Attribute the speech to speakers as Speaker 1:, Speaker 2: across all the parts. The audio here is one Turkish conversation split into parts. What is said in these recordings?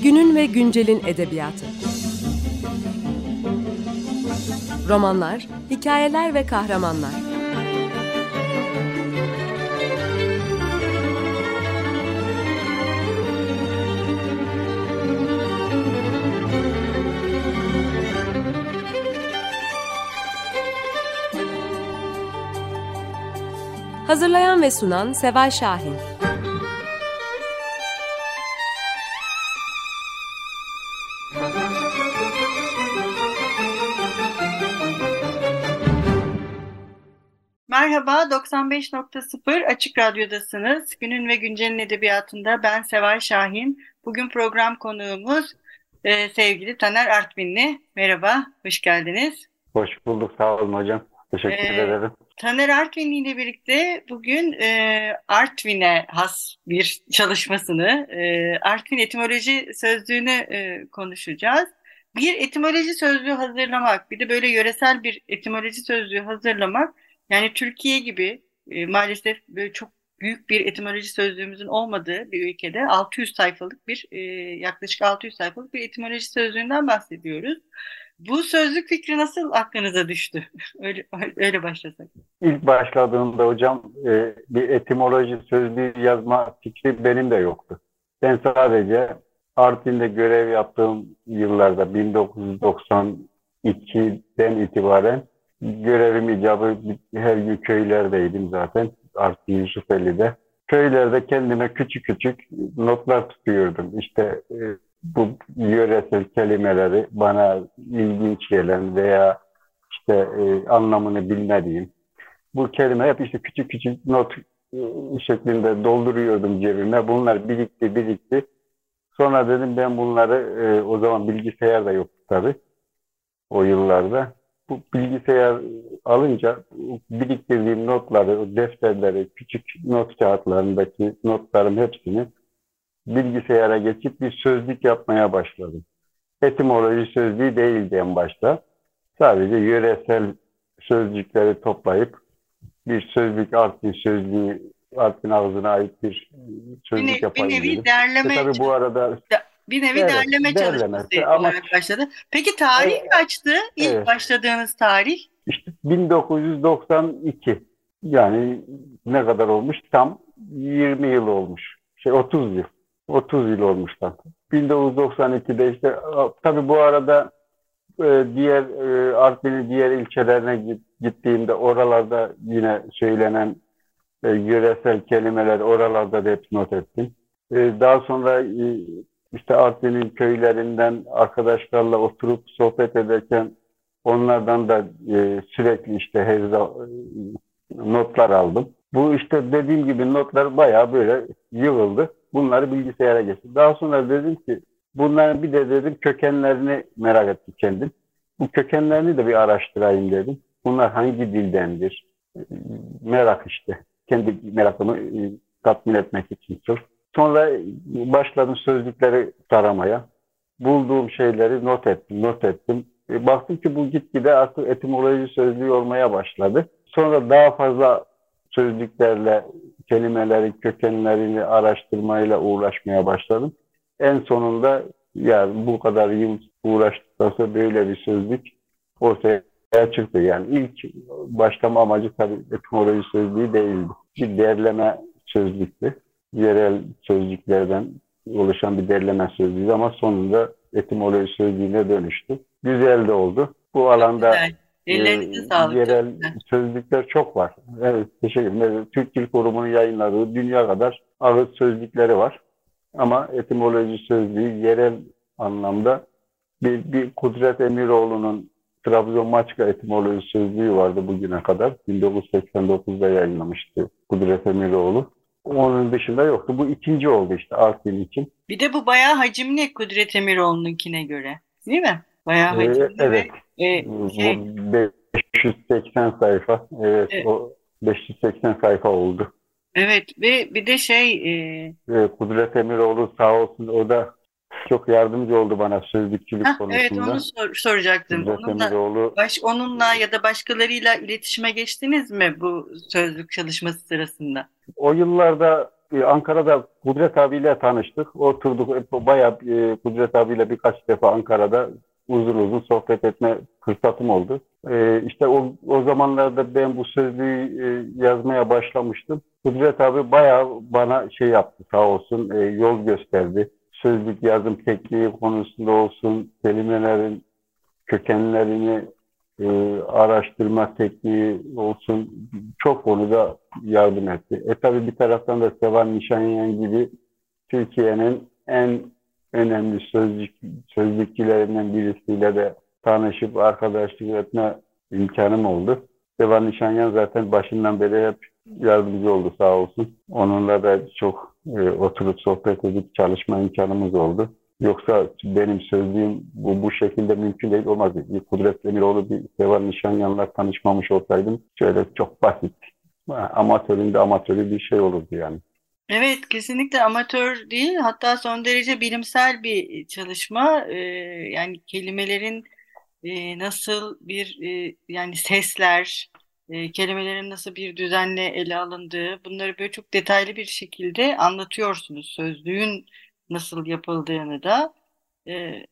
Speaker 1: Günün ve güncelin edebiyatı. Romanlar, hikayeler ve kahramanlar. Hazırlayan ve sunan Seval Şahin.
Speaker 2: Merhaba, 95.0 Açık Radyo'dasınız. Günün ve Güncel'in edebiyatında ben Seval Şahin. Bugün program konuğumuz sevgili Taner Artvinli. Merhaba, hoş geldiniz.
Speaker 3: Hoş bulduk, sağ olun hocam. Teşekkür
Speaker 2: E,
Speaker 3: ederim.
Speaker 2: Taner Artvinli ile birlikte bugün Artvin'e has bir çalışmasını, Artvin etimoloji sözlüğünü konuşacağız. Bir etimoloji sözlüğü hazırlamak, bir de böyle yöresel bir etimoloji sözlüğü hazırlamak, yani Türkiye gibi maalesef böyle çok büyük bir etimoloji sözlüğümüzün olmadığı bir ülkede 600 sayfalık yaklaşık 600 sayfalık bir etimoloji sözlüğünden bahsediyoruz. Bu sözlük fikri nasıl aklınıza düştü? Öyle başlasak.
Speaker 3: İlk başladığımda hocam bir etimoloji sözlüğü yazma fikri benim de yoktu. Ben sadece Artvin'de görev yaptığım yıllarda 1992'den itibaren görevim icabı her gün köylerdeydim zaten. Artvin Yusufeli'de. Köylerde kendime küçük küçük notlar tutuyordum. İşte bu yöresel kelimeleri bana ilginç gelen veya işte anlamını bilmediğim bu kelime hep işte küçük küçük not şeklinde dolduruyordum cebime. Bunlar birikti birikti. Sonra dedim ben bunları o zaman bilgisayar da yoktu tabii o yıllarda. Bu bilgisayar alınca biriktirdiğim notları, defterleri, küçük not kağıtlarındaki notlarım hepsini bilgisayara geçip bir sözlük yapmaya başladım. Etimoloji sözlüğü değildi en başta. Sadece yöresel sözcükleri toplayıp bir sözlük, Artvin sözlüğü, Artvin ağzına ait bir sözlük
Speaker 2: Bir
Speaker 3: yapayım
Speaker 2: nevi
Speaker 3: dedim.
Speaker 2: derleme
Speaker 3: Tabii bu arada
Speaker 2: bir nevi
Speaker 3: evet,
Speaker 2: derleme çalışması
Speaker 3: derlemesi ama
Speaker 2: olarak başladı. Peki tarih kaçtı? İlk
Speaker 3: evet,
Speaker 2: başladığınız tarih?
Speaker 3: işte 1992 yani ne kadar olmuş? Tam 20 yıl olmuş. 30 yıl. 30 yıl olmuş tam. 1992'de işte tabii bu arada diğer Artvin'in diğer ilçelerine gittiğimde oralarda yine söylenen yöresel kelimeler oralarda da hep not ettim. Daha sonra işte Artvin'in köylerinden arkadaşlarla oturup sohbet ederken onlardan da sürekli işte notlar aldım. Bu işte dediğim gibi notlar bayağı böyle yığıldı. Bunları bilgisayara geçtim. Daha sonra dedim ki bunların bir de dedim kökenlerini merak ettim kendim. Bu kökenlerini de bir araştırayım dedim. Bunlar hangi dildendir? Merak işte. Kendi merakımı tatmin etmek için sırf. Sonra başladım sözlükleri taramaya. Bulduğum şeyleri not ettim, not ettim. Baktım ki bu gitgide artık etimoloji sözlüğü olmaya başladı. Sonra daha fazla sözlüklerle kelimelerin kökenlerini araştırmayla uğraşmaya başladım. En sonunda yani bu kadar yıl uğraştıktan sonra böyle bir sözlük ortaya çıktı. Yani ilk başlama amacı tabii etimoloji sözlüğü değildi. Bir derleme sözlüktü. Yerel sözcüklerden oluşan bir derleme sözlüğü ama sonunda etimoloji sözlüğüne dönüştü. Güzel de oldu. Bu alanda
Speaker 2: Güzel. Ellerinize sağlık. Çok
Speaker 3: yerel
Speaker 2: güzel.
Speaker 3: sözlükler çok var. Evet, teşekkür ederim. Türk Dil Kurumu'nun yayınladığı dünya kadar ağız sözlükleri var. Ama etimoloji sözlüğü yerel anlamda bir Kudret Emiroğlu'nun Trabzon Maçka etimoloji sözlüğü vardı bugüne kadar. 1989'da yayınlamıştı Kudret Emiroğlu. Onun dışında yoktu. Bu ikinci oldu işte Artvin için.
Speaker 2: Bir de bu bayağı hacimli Kudret Emiroğlu'nunkine göre. Değil mi? Bayağı hacimli ve
Speaker 3: Evet. Bu
Speaker 2: şey
Speaker 3: 580 sayfa. Evet,
Speaker 2: e,
Speaker 3: o 580 sayfa oldu.
Speaker 2: evet ve bir de
Speaker 3: Kudret Emiroğlu sağ olsun o da çok yardımcı oldu bana sözlükçülük
Speaker 2: evet onu
Speaker 3: konusunda.
Speaker 2: soracaktım.
Speaker 3: Kudret Emiroğlu
Speaker 2: Onunla ya da başkalarıyla iletişime geçtiniz mi bu sözlük çalışması sırasında?
Speaker 3: o yıllarda Ankara'da Kudret abiyle tanıştık. Oturduk. Bayağı Kudret abiyle birkaç defa Ankara'da uzun uzun sohbet etme fırsatım oldu. İşte o zamanlarda ben bu sözlüğü yazmaya başlamıştım. Kudret abi bayağı bana şey yaptı sağ olsun, yol gösterdi. Sözlük yazım tekniği konusunda olsun, kelimelerin kökenlerini araştırma tekniği olsun, çok konuda yardım etti. Tabii bir taraftan da Sevan Nişanyan gibi Türkiye'nin en önemli sözlükçülerinden birisiyle de tanışıp arkadaşlık etme imkanım oldu. Sevan Nişanyan zaten başından beri hep yardımcı oldu sağ olsun. Onunla da çok oturup sohbet edip çalışma imkanımız oldu. Yoksa benim sözlüğüm bu şekilde mümkün değil, olmaz. Bir Kudret Demiroğlu, bir Sevan Nişanyan'la tanışmamış olsaydım şöyle çok basit, amatörün de amatörü bir şey olurdu yani.
Speaker 2: Evet, kesinlikle amatör değil, hatta son derece bilimsel bir çalışma. Yani kelimelerin nasıl bir yani sesler, kelimelerin nasıl bir düzenle ele alındığı, bunları böyle çok detaylı bir şekilde anlatıyorsunuz. Sözlüğün nasıl yapıldığını da. E,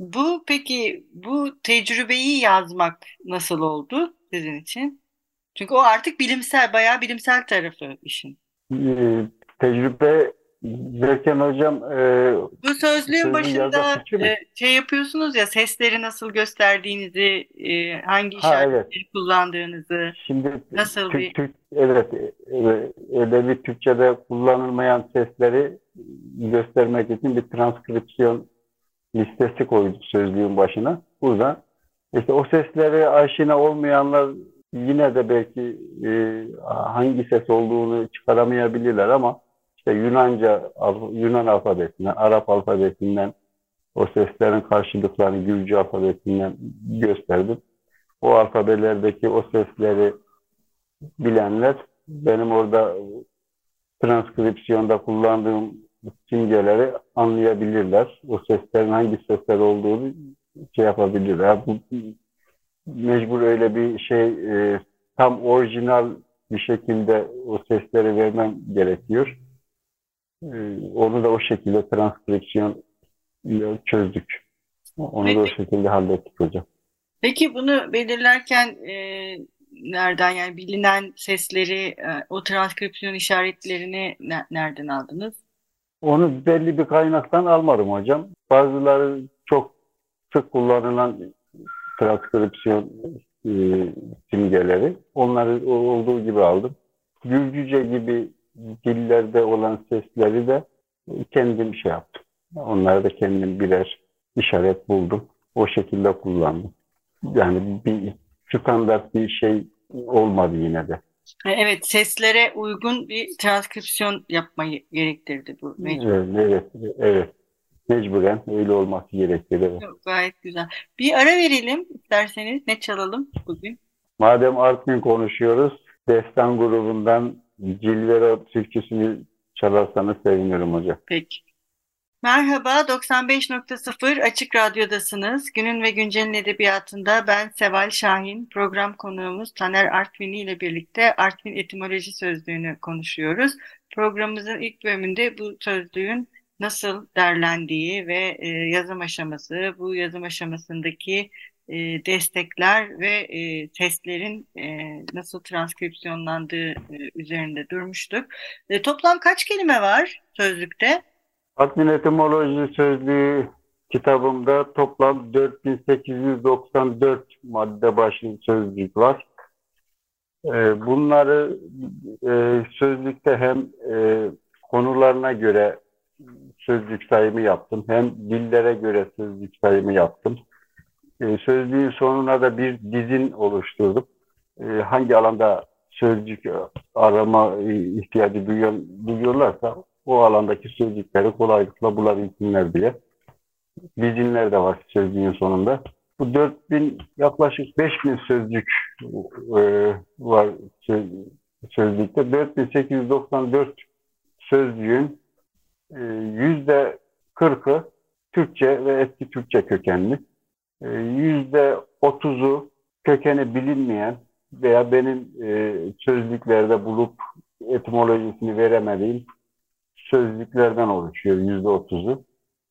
Speaker 2: peki bu tecrübeyi yazmak nasıl oldu sizin için? Çünkü o artık bilimsel, bayağı bilimsel tarafı işin.
Speaker 3: Ee, Tecrübe derken hocam,
Speaker 2: Bu sözlüğün
Speaker 3: sözlüğü yazmak
Speaker 2: başında
Speaker 3: Türkçe mi?
Speaker 2: şey yapıyorsunuz ya, sesleri nasıl gösterdiğinizi, hangi
Speaker 3: Ha, evet.
Speaker 2: işaretleri kullandığınızı,
Speaker 3: Şimdi
Speaker 2: nasıl bir...
Speaker 3: evet, edebi Türkçe'de kullanılmayan sesleri göstermek için bir transkripsiyon listesi koyduk sözlüğün başına. Burada işte o seslere aşina olmayanlar yine de belki hangi ses olduğunu çıkaramayabilirler ama işte Yunan alfabesinden, Arap alfabesinden o seslerin karşılıklarını Gürcü alfabesinden gösterdim. O alfabelerdeki o sesleri bilenler benim orada transkripsiyonda kullandığım simgeleri anlayabilirler. O seslerin hangi sesler olduğunu şey yapabilirler. Mecbur öyle bir şey, tam orijinal bir şekilde o sesleri vermem gerekiyor. Onu da o şekilde transkripsiyon çözdük. Onu da o şekilde hallettik hocam.
Speaker 2: Peki bunu belirlerken nereden, yani bilinen sesleri, o transkripsiyon işaretlerini nereden aldınız?
Speaker 3: Onu belli bir kaynaktan almadım hocam. Bazıları çok sık kullanılan transkripsiyon e, simgeleri. Onları olduğu gibi aldım. Gürcüce gibi dillerde olan sesleri de kendim şey yaptım. Onları da kendim birer işaret buldum. O şekilde kullandım. Yani bir standart bir şey olmadı yine de.
Speaker 2: Evet, seslere uygun bir transkripsiyon yapmayı gerektirdi bu mecbur.
Speaker 3: Evet, evet. Mecburen öyle olması gerekir. Evet.
Speaker 2: Yok, gayet güzel. Bir ara verelim isterseniz. Ne çalalım bugün?
Speaker 3: Madem Artvin konuşuyoruz, Destan grubundan Cilvera türküsünü çalarsanız sevinirim hocam.
Speaker 2: Peki. Merhaba, 95.0 Açık Radyo'dasınız. Günün ve Güncel'in edebiyatında ben Seval Şahin, program konuğumuz Taner Artvin'i ile birlikte Artvin Etimoloji Sözlüğü'nü konuşuyoruz. Programımızın ilk bölümünde bu sözlüğün nasıl derlendiği ve yazım aşaması, bu yazım aşamasındaki destekler ve testlerin nasıl transkripsiyonlandığı üzerinde durmuştuk. Toplam kaç kelime var sözlükte?
Speaker 3: Artvin Etimoloji Sözlüğü kitabımda toplam 4894 madde başlı sözlük var. Bunları sözlükte hem konularına göre sözlük sayımı yaptım, hem dillere göre sözlük sayımı yaptım. Sözlüğün sonuna da bir dizin oluşturdum. Hangi alanda sözcük arama ihtiyacı duyuyorlarsa o alandaki sözcükleri kolaylıkla bulabilsinler diye. Dizinler de var sözlüğün sonunda. Bu 4000, yaklaşık 5000 sözcük var sözlükte. 4894 sözcüğün %40'ı Türkçe ve eski Türkçe kökenli. %30'u kökeni bilinmeyen veya benim sözlüklerde bulup etimolojisini veremediğim sözcüklerden oluşuyor, %30'u.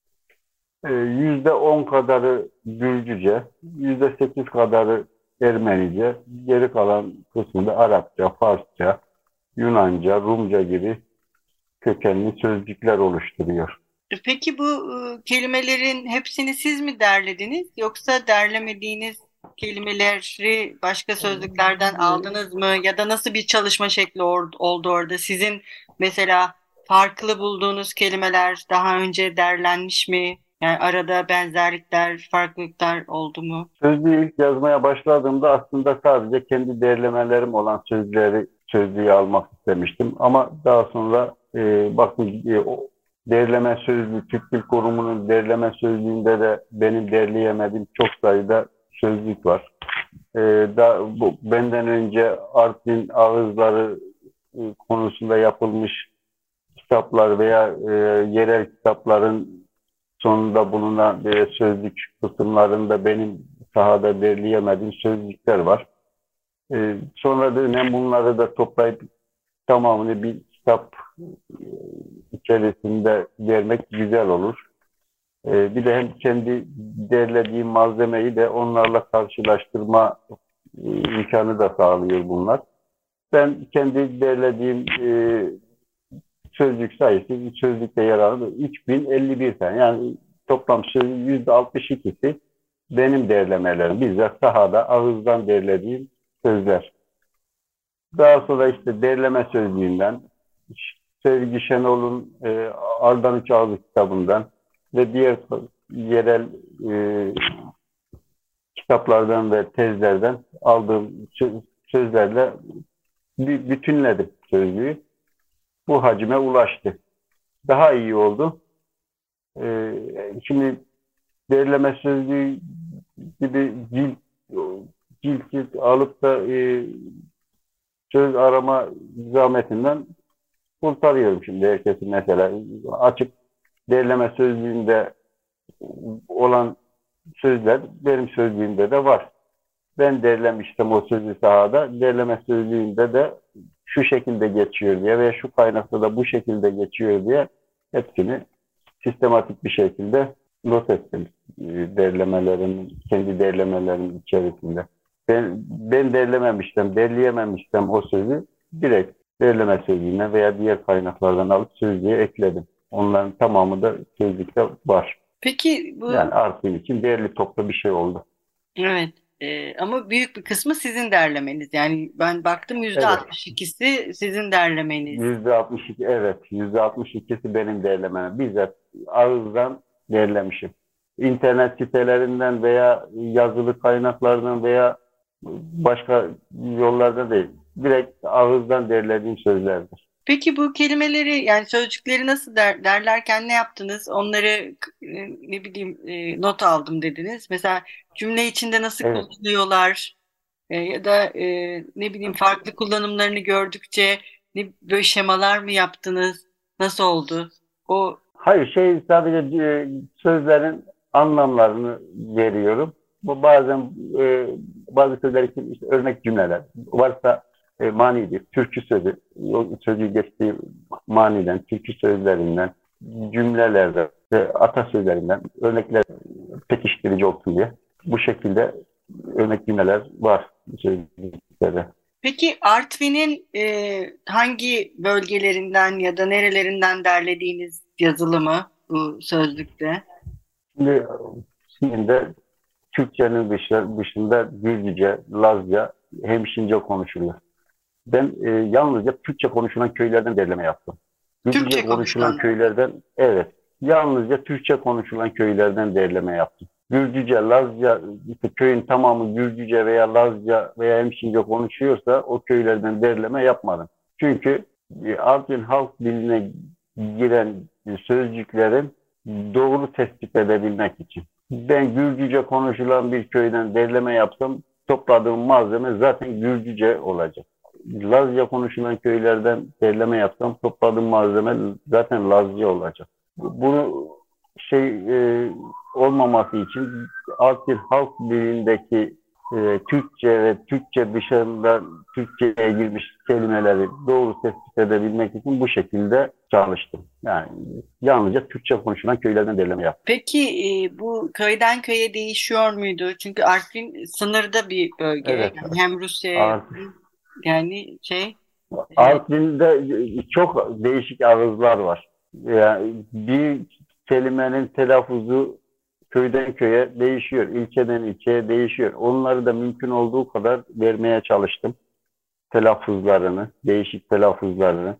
Speaker 3: %10 kadarı Gürcüce, %8 kadarı Ermenice, geri kalan kısmı da Arapça, Farsça, Yunanca, Rumca gibi kökenli sözcükler oluşturuyor.
Speaker 2: Peki bu kelimelerin hepsini siz mi derlediniz yoksa derlemediğiniz kelimeleri başka sözlüklerden aldınız mı? Ya da nasıl bir çalışma şekli oldu orada? Sizin mesela farklı bulduğunuz kelimeler daha önce derlenmiş mi? Yani arada benzerlikler, farklılıklar oldu mu?
Speaker 3: Sözlüğü ilk yazmaya başladığımda aslında sadece kendi derlemelerim olan sözlüğe almak istemiştim. Ama daha sonra bakın o derleme sözlüğü, Türk Dil Kurumu'nun derleme sözlüğünde de benim derleyemediğim çok sayıda sözlük var. Benden önce Artvin ağızları konusunda yapılmış kitaplar veya yerel kitapların sonunda bulunan sözlük kısımlarında benim sahada derleyemediğim sözlükler var. Sonra dönem bunları da toplayıp tamamını bir kitap içerisinde vermek güzel olur. Bir de hem kendi derlediğim malzemeyi de onlarla karşılaştırma imkanı da sağlıyor bunlar. Ben kendi derlediğim sözlük sayısı sözlükte yer alır 3051 tane. Yani toplam sözlük %62'si benim derlemelerim. Bizzat sahada ağızdan derlediğim sözler. Daha sonra işte derleme sözlüğünden, Sevgi Şenol'un Ardan Üç Ağzı kitabından ve diğer yerel kitaplardan ve tezlerden aldığım sözlerle bütünledim sözlüğü. Bu hacime ulaştı. Daha iyi oldu. Şimdi derleme sözlüğü gibi cilt alıp da söz arama zahmetinden kurtarıyorum şimdi herkesi mesela. Açık derleme sözlüğünde olan sözler benim sözlüğümde de var. Ben derlemiştim o sözü sahada. Derleme sözlüğünde de şu şekilde geçiyor diye veya şu kaynakta da bu şekilde geçiyor diye hepsini sistematik bir şekilde not ettim. Kendi derlemelerimin içerisinde. Ben derleyememiştim o sözü direkt derleme sözlüğüne veya diğer kaynaklardan alıp sözlüğe ekledim. Onların tamamı da sözlükte var.
Speaker 2: Peki bu...
Speaker 3: Yani Artvin için değerli toplu bir şey oldu.
Speaker 2: Evet. Ama büyük bir kısmı sizin derlemeniz. Yani ben baktım %62'si sizin derlemeniz.
Speaker 3: %62 evet. %62'si benim derlemem. Bizzat ağızdan derlemişim. İnternet sitelerinden veya yazılı kaynaklardan veya başka yollarda değil. Direkt ağızdan derlediğim sözlerdir.
Speaker 2: Peki bu kelimeleri yani sözcükleri nasıl derlerken ne yaptınız? Onları ne bileyim not aldım dediniz. Mesela cümle içinde nasıl kullanıyorlar? Ya da ne bileyim farklı kullanımlarını gördükçe böyle şemalar mı yaptınız? Nasıl oldu?
Speaker 3: Hayır sadece sözlerin anlamlarını veriyorum. Bu bazı sözler için işte örnek cümleler varsa manidir. Türkçü sözü, sözü geçtiği maniden, Türkçü sözlerinden, cümlelerden, atasözlerinden örnekler pekiştirici olsun diye. Bu şekilde örnek cümleler var sözlüklerde.
Speaker 2: Peki Artvin'in hangi bölgelerinden ya da nerelerinden derlediğiniz yazılı mı bu sözlükte?
Speaker 3: Şimdi Türkçenin dışında Gürcüce, Lazca, Hemşince konuşuluyor. Ben yalnızca Türkçe konuşulan köylerden derleme yaptım. Gürcüce konuşulan köylerden, evet. Yalnızca Türkçe konuşulan köylerden derleme yaptım. Gürcüce, Lazca, işte köyün tamamı Gürcüce veya Lazca veya Hemşince konuşuyorsa o köylerden derleme yapmadım. Çünkü Artvin halk diline giren sözcüklerin doğru tespit edebilmek için. Ben Gürcüce konuşulan bir köyden derleme yapsam topladığım malzeme zaten Gürcüce olacak. Lazca konuşulan köylerden derleme yapsam topladığım malzeme zaten Lazca olacak. Bunu olmaması için Artvin halk dilindeki Türkçe ve Türkçe dışında Türkçe'ye girmiş kelimeleri doğru tespit edebilmek için bu şekilde çalıştım. Yani yalnızca Türkçe konuşulan köylerden derleme yaptım.
Speaker 2: Peki bu köyden köye değişiyor muydu? Çünkü Artvin sınırda bir bölge.
Speaker 3: Evet.
Speaker 2: Yani hem Rusya'ya
Speaker 3: Art,
Speaker 2: yakın, yani
Speaker 3: Artvin'de çok değişik ağızlar var. Yani bir kelimenin telaffuzu köyden köye değişiyor, ilçeden ilçeye değişiyor. Onları da mümkün olduğu kadar vermeye çalıştım. Telaffuzlarını, değişik telaffuzlarını.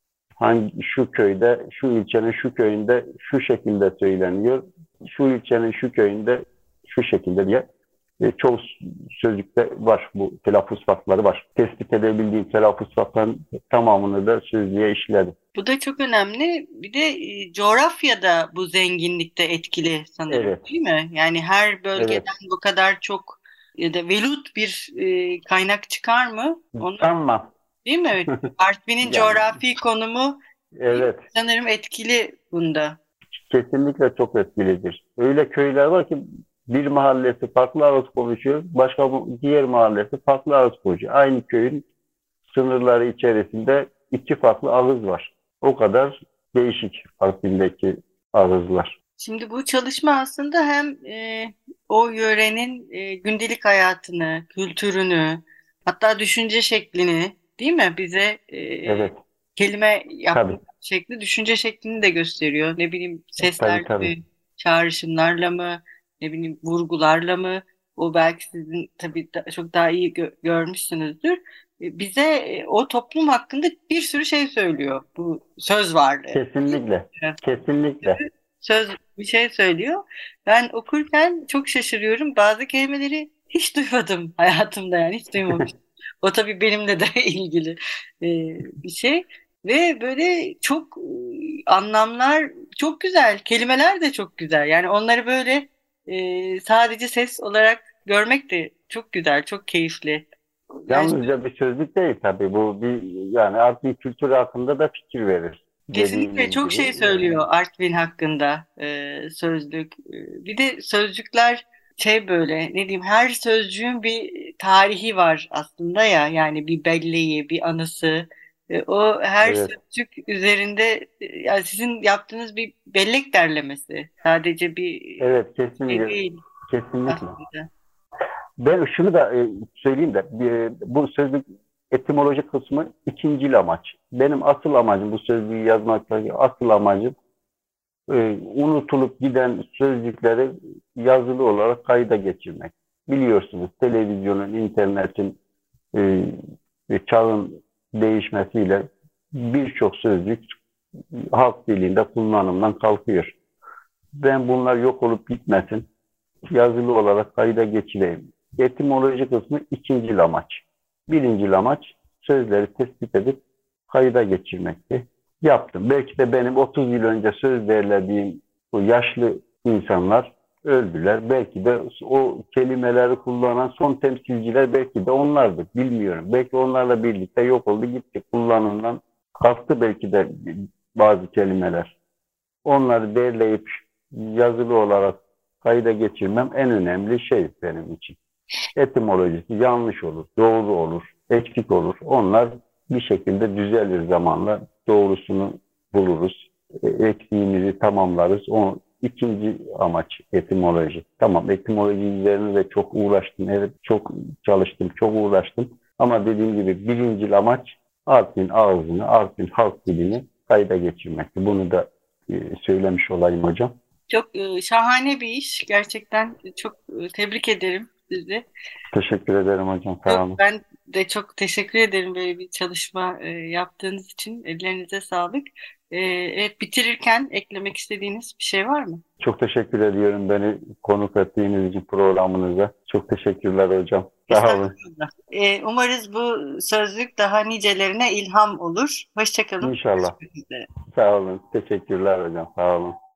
Speaker 3: Şu köyde, şu ilçenin şu köyünde şu şekilde söyleniyor. Şu ilçenin şu köyünde şu şekilde diye çoğu sözlükte var. Bu telaffuz farkları var. Tespit edebildiğim telaffuz farklarının tamamını da sözlüğe işledim.
Speaker 2: bu da çok önemli. Bir de coğrafyada bu zenginlikte etkili sanırım,
Speaker 3: Evet.
Speaker 2: değil mi? Yani her bölgeden
Speaker 3: Evet.
Speaker 2: bu kadar çok ya da velut bir kaynak çıkar mı? Onu,
Speaker 3: Tamam.
Speaker 2: değil mi? Artvin'in
Speaker 3: Yani,
Speaker 2: coğrafi konumu
Speaker 3: evet.
Speaker 2: sanırım etkili bunda.
Speaker 3: Kesinlikle çok etkilidir. Öyle köyler var ki bir mahallesi farklı ağız konuşuyor, başka diğer mahallesi farklı ağız konuşuyor. Aynı köyün sınırları içerisinde iki farklı ağız var. O kadar değişik Artvin'deki ağızlar.
Speaker 2: Şimdi bu çalışma aslında hem o yörenin gündelik hayatını, kültürünü, hatta düşünce şeklini, değil mi? Bize
Speaker 3: Evet,
Speaker 2: kelime yapma
Speaker 3: tabii,
Speaker 2: şekli, düşünce şeklini de gösteriyor. Ne bileyim
Speaker 3: tabii,
Speaker 2: seslerle
Speaker 3: tabii.
Speaker 2: mi, çağrışımlarla mı, ne bileyim vurgularla mı? O belki sizin tabii çok daha iyi görmüşsünüzdür. Bize o toplum hakkında bir sürü şey söylüyor bu söz varlığı.
Speaker 3: Kesinlikle, kesinlikle.
Speaker 2: Söz bir şey söylüyor. Ben okurken çok şaşırıyorum. Bazı kelimeleri hiç duymadım hayatımda, yani hiç duymamıştım. O tabii benimle de ilgili e, bir şey. Ve böyle çok anlamlar çok güzel. Kelimeler de çok güzel. Yani onları böyle sadece ses olarak görmek de çok güzel, çok keyifli. Yani
Speaker 3: Yalnızca bir sözlük değil tabii. Bu bir yani Artvin kültürü hakkında da fikir verir.
Speaker 2: kesinlikle
Speaker 3: Dediğiniz
Speaker 2: çok
Speaker 3: gibi.
Speaker 2: şey söylüyor Artvin hakkında sözlük. Bir de sözcükler şey böyle ne diyeyim, her sözcüğün bir tarihi var aslında ya, yani bir belleği, bir anısı. O her
Speaker 3: Evet,
Speaker 2: sözcük üzerinde yani sizin yaptığınız bir bellek derlemesi. Sadece bir
Speaker 3: evet,
Speaker 2: şey
Speaker 3: kesinlikle.
Speaker 2: değil
Speaker 3: Kesinlikle.
Speaker 2: aslında.
Speaker 3: Ben şunu da söyleyeyim de bu sözlük etimoloji kısmı ikincil amaç. Benim asıl amacım bu sözlüğü yazmaktaki asıl amacım unutulup giden sözcükleri yazılı olarak kayda geçirmek. Biliyorsunuz televizyonun, internetin çağın değişmesiyle birçok sözcük halk dilinde kullanımdan kalkıyor. Ben bunlar yok olup gitmesin, yazılı olarak kayda geçireyim. Etimoloji kısmı ikincil amaç. Birincil amaç sözleri tespit edip kayda geçirmekti. Yaptım. Belki de benim 30 yıl önce söz derlediğim bu yaşlı insanlar öldüler. Belki de o kelimeleri kullanan son temsilciler belki de onlardır. Bilmiyorum. Belki onlarla birlikte yok oldu gitti. Kullanımdan kalktı belki de bazı kelimeler. Onları derleyip yazılı olarak kayda geçirmem en önemli şey benim için. Etimolojisi yanlış olur, doğru olur, eksik olur. Onlar bir şekilde düzelir zamanla. Doğrusunu buluruz. Eksiğimizi tamamlarız. O ikinci amaç etimoloji. Tamam, etimoloji üzerine de çok uğraştım. Evet, çok çalıştım, çok uğraştım. Ama dediğim gibi birincil amaç Artvin ağzını, Artvin halk dilini kayda geçirmekti. Bunu da söylemiş olayım hocam.
Speaker 2: Çok şahane bir iş. Gerçekten çok tebrik ederim sizi.
Speaker 3: Teşekkür ederim hocam. Sağ olun.
Speaker 2: Ben de çok teşekkür ederim böyle bir çalışma yaptığınız için. Ellerinize sağlık. Evet, bitirirken eklemek istediğiniz bir şey var mı?
Speaker 3: Çok teşekkür ediyorum beni konuk ettiğiniz için programınıza. Çok teşekkürler hocam. Sağ olun.
Speaker 2: Umarız bu sözlük daha nicelerine ilham olur. Hoşça kalın.
Speaker 3: İnşallah.
Speaker 2: Görüşmek üzere.
Speaker 3: Sağ olun. Teşekkürler hocam. Sağ olun.